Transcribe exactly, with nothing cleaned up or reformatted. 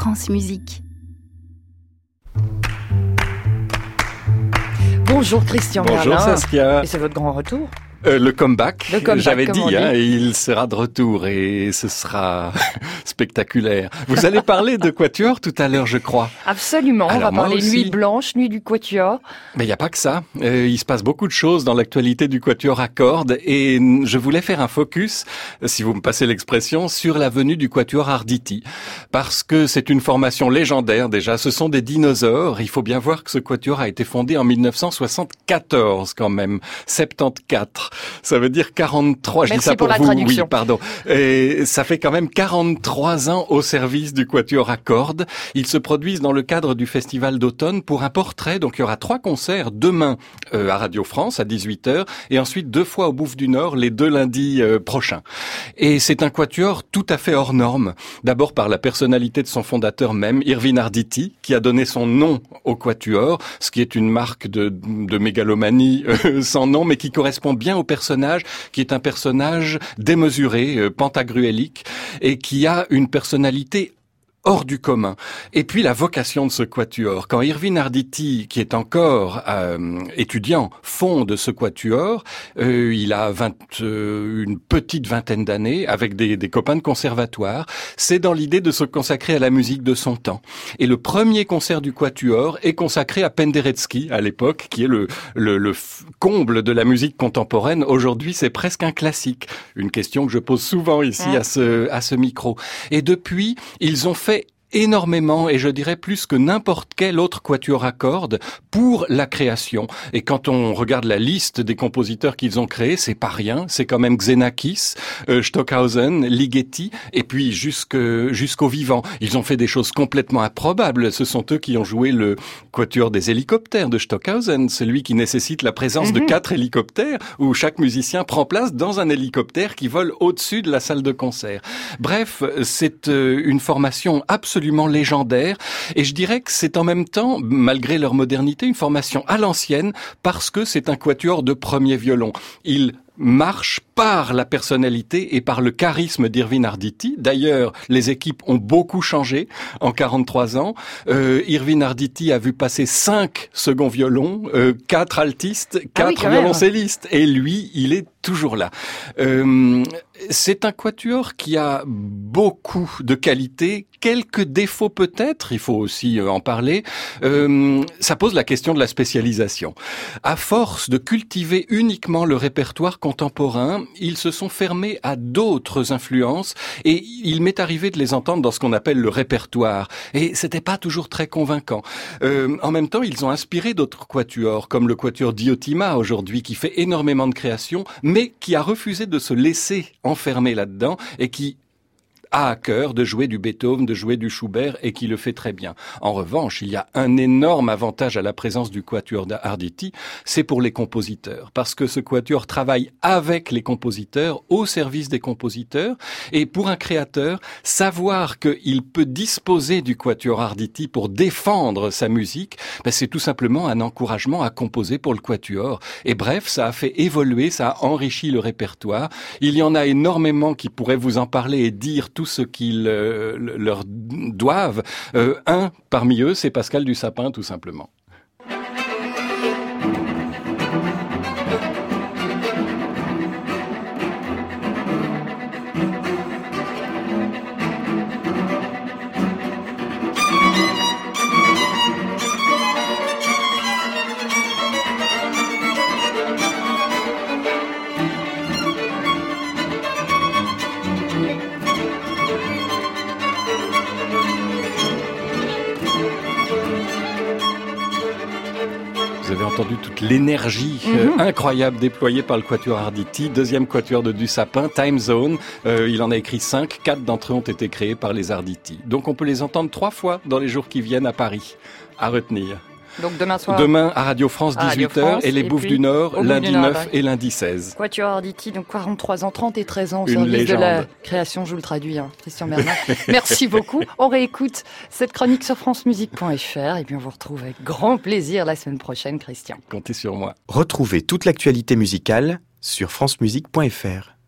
France Musique. Bonjour Christian Merlin. Bonjour Saskia. Et c'est votre grand retour. Euh, le comeback, le comeback j'avais dit, dit. Hein, il sera de retour et ce sera spectaculaire. Vous allez parler de Quatuor tout à l'heure, je crois. Absolument, Alors, on va parler aussi. Nuit Blanche, Nuit du Quatuor. Mais il n'y a pas que ça. Euh, il se passe beaucoup de choses dans l'actualité du Quatuor à cordes et je voulais faire un focus, si vous me passez l'expression, sur la venue du Quatuor Arditi. Parce que c'est une formation légendaire déjà, ce sont des dinosaures. Il faut bien voir que ce Quatuor a été fondé en mille neuf cent soixante-quatorze quand même, soixante-quatorze. Ça veut dire quarante-trois. Merci je dis ça pour, pour la vous. traduction. Oui, pardon. Et ça fait quand même quarante-trois ans au service du Quatuor à cordes. Ils se produisent dans le cadre du Festival d'automne pour un portrait. Donc il y aura trois concerts demain euh, à Radio France à dix-huit heures et ensuite deux fois au Bouffe du Nord les deux lundis euh, prochains. Et c'est un Quatuor tout à fait hors norme. D'abord par la personnalité de son fondateur même, Irvine Arditi, qui a donné son nom au Quatuor, ce qui est une marque de, de mégalomanie euh, sans nom, mais qui correspond bien au personnage, qui est un personnage démesuré, euh, pentagruélique, et qui a une personnalité hors du commun. Et puis la vocation de ce quatuor. Quand Irvine Arditi, qui est encore euh, étudiant, fonde ce quatuor, euh, il a vingt, euh, une petite vingtaine d'années, avec des, des copains de conservatoire. C'est dans l'idée de se consacrer à la musique de son temps. Et le premier concert du quatuor est consacré à Penderecki, à l'époque, qui est le, le, le comble de la musique contemporaine. Aujourd'hui, c'est presque un classique. Une question que je pose souvent ici à ce, à ce micro. Et depuis, ils ont fait énormément, et je dirais plus que n'importe quel autre quatuor à cordes, pour la création. Et quand on regarde la liste des compositeurs qu'ils ont créés, c'est pas rien. C'est quand même Xenakis, euh, Stockhausen, Ligeti, et puis jusque, jusqu'au vivant. Ils ont fait des choses complètement improbables. Ce sont eux qui ont joué le quatuor des hélicoptères de Stockhausen, celui qui nécessite la présence mm-hmm. de quatre hélicoptères, où chaque musicien prend place dans un hélicoptère qui vole au-dessus de la salle de concert. Bref, c'est euh, une formation absolument légendaire, et je dirais que c'est en même temps, malgré leur modernité, une formation à l'ancienne, parce que c'est un quatuor de premier violon. Il marche par la personnalité et par le charisme d'Irvine Arditi. D'ailleurs, les équipes ont beaucoup changé en quarante-trois ans. Euh, Irvine Arditi a vu passer cinq seconds violons, euh, quatre altistes, quatre ah oui, violoncellistes, et lui, il est toujours là. Euh, c'est un quatuor qui a beaucoup de qualités, quelques défauts peut-être, il faut aussi en parler. Euh, ça pose la question de la spécialisation. À force de cultiver uniquement le répertoire contemporain, ils se sont fermés à d'autres influences et il m'est arrivé de les entendre dans ce qu'on appelle le répertoire. Et c'était pas toujours très convaincant. Euh, en même temps, ils ont inspiré d'autres quatuors, comme le quatuor Diotima aujourd'hui, qui fait énormément de créations, mais qui a refusé de se laisser enfermer là-dedans et qui a à cœur de jouer du Beethoven, de jouer du Schubert, et qui le fait très bien. En revanche, il y a un énorme avantage à la présence du quatuor d'Arditi, c'est pour les compositeurs, parce que ce quatuor travaille avec les compositeurs, au service des compositeurs, et pour un créateur, savoir qu'il peut disposer du quatuor Arditi pour défendre sa musique, ben c'est tout simplement un encouragement à composer pour le quatuor. Et bref, ça a fait évoluer, ça a enrichi le répertoire. Il y en a énormément qui pourraient vous en parler et dire tout ce qu'ils euh, leur doivent. Euh, un parmi eux, c'est Pascal Dussapin, tout simplement. Vous avez entendu toute l'énergie euh, mm-hmm. incroyable déployée par le quatuor Arditi, deuxième quatuor de Dussapin, Time Zone. Euh, il en a écrit cinq, quatre d'entre eux ont été créés par les Arditi. Donc on peut les entendre trois fois dans les jours qui viennent à Paris, à retenir. Donc demain soir. Demain à Radio France, dix-huit heures, et les Bouffes du Nord, lundi neuf et lundi seize. Quatuor Arditi, donc quarante-trois ans, trente et treize ans au Une service légende. de la création, je vous le traduis, hein, Christian Merlin. Merci beaucoup. On réécoute cette chronique sur francemusique point f r et puis on vous retrouve avec grand plaisir la semaine prochaine, Christian. Comptez sur moi. Retrouvez toute l'actualité musicale sur francemusique point f r.